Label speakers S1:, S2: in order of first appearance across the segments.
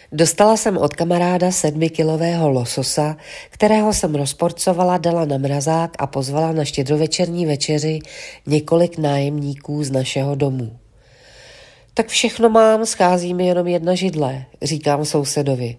S1: Dostala jsem od kamaráda 7kilového lososa, kterého jsem rozporcovala, dala na mrazák a pozvala na štědrovečerní večeři několik nájemníků z našeho domu. Tak všechno mám, schází mi jenom jedna židle, říkám sousedovi.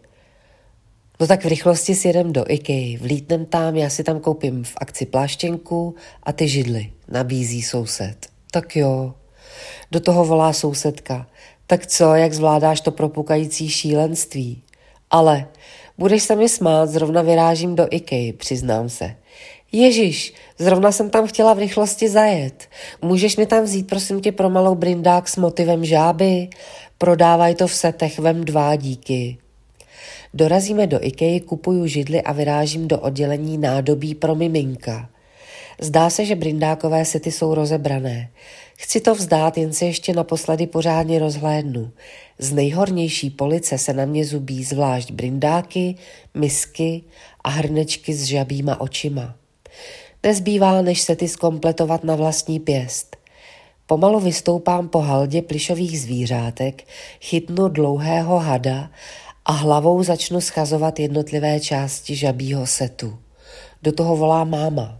S1: No tak v rychlosti sjedem do IKEA, vlítnem tam, já si tam koupím v akci pláštěnku a ty židly, nabízí soused. Tak jo. Do toho volá sousedka. Tak co, jak zvládáš to propukající šílenství? Ale budeš se mi smát, zrovna vyrážím do IKEA, přiznám se. Ježiš, zrovna jsem tam chtěla v rychlosti zajet. Můžeš mi tam vzít, prosím tě, pro malou brindák s motivem žáby? Prodávají to v setech, vem 2, díky. Dorazíme do IKEA, kupuju židly a vyrážím do oddělení nádobí pro miminka. Zdá se, že brindákové sety jsou rozebrané. Chci to vzdát, jen se ještě naposledy pořádně rozhlédnu. Z nejhornější police se na mě zubí zvlášť brindáky, misky a hrnečky s žabýma očima. Nezbývá, než sety zkompletovat na vlastní pěst. Pomalu vystoupám po haldě plyšových zvířátek, chytnu dlouhého hada a hlavou začnu schazovat jednotlivé části žabího setu. Do toho volá máma.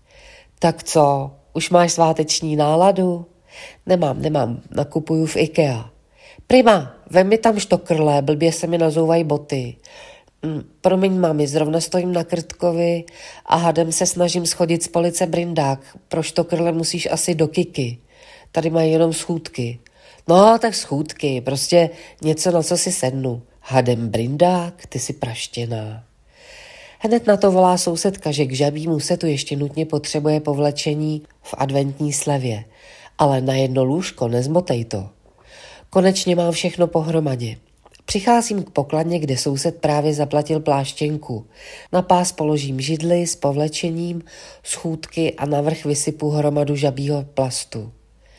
S1: Tak co, už máš sváteční náladu? Nemám, nakupuju v IKEA. Prima, vem mi tam štokrle, blbě se mi nazouvají boty. Promiň, mami, zrovna stojím na Krtkovi a hadem se snažím schodit z police brindák. Pro štokrle musíš asi do Kiky. Tady mají jenom schůdky. No, tak schůdky, prostě něco, na co si sednu. Hadem brindák, ty si praštěná. Hned na to volá sousedka, že k žabímu setu ještě nutně potřebuje povlečení v adventní slevě. Ale na jedno lůžko, nezmotej to. Konečně mám všechno pohromadě. Přicházím k pokladně, kde soused právě zaplatil pláštěnku. Na pás položím židli s povlečením, schůdky a navrch vysypu hromadu žabího plastu.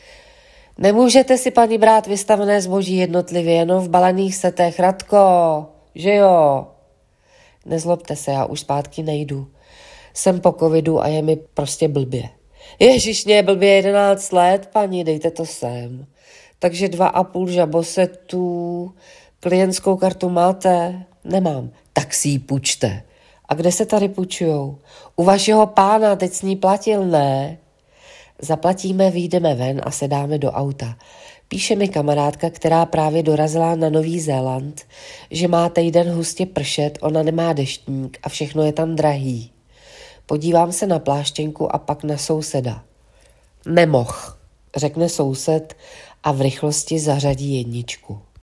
S1: Nemůžete si, paní, brát vystavené zboží jednotlivě, jenom v balených setech, Radko, že jo? Nezlobte se, já už zpátky nejdu. Jsem po covidu a je mi prostě blbě. Ježiš, mě je blbě 11 let, paní, dejte to sem. Takže 2,5 žabosetů. Klientskou kartu máte? Nemám. Tak si ji půjčte. A kde se tady půjčujou? U vašeho pána, teď s ní platil, ne? Zaplatíme, vyjdeme ven a sedáme do auta. Píše mi kamarádka, která právě dorazila na Nový Zéland, že má týden hustě pršet, ona nemá deštník a všechno je tam drahý. Podívám se na pláštěnku a pak na souseda. Nemoh, řekne soused a v rychlosti zařadí 1.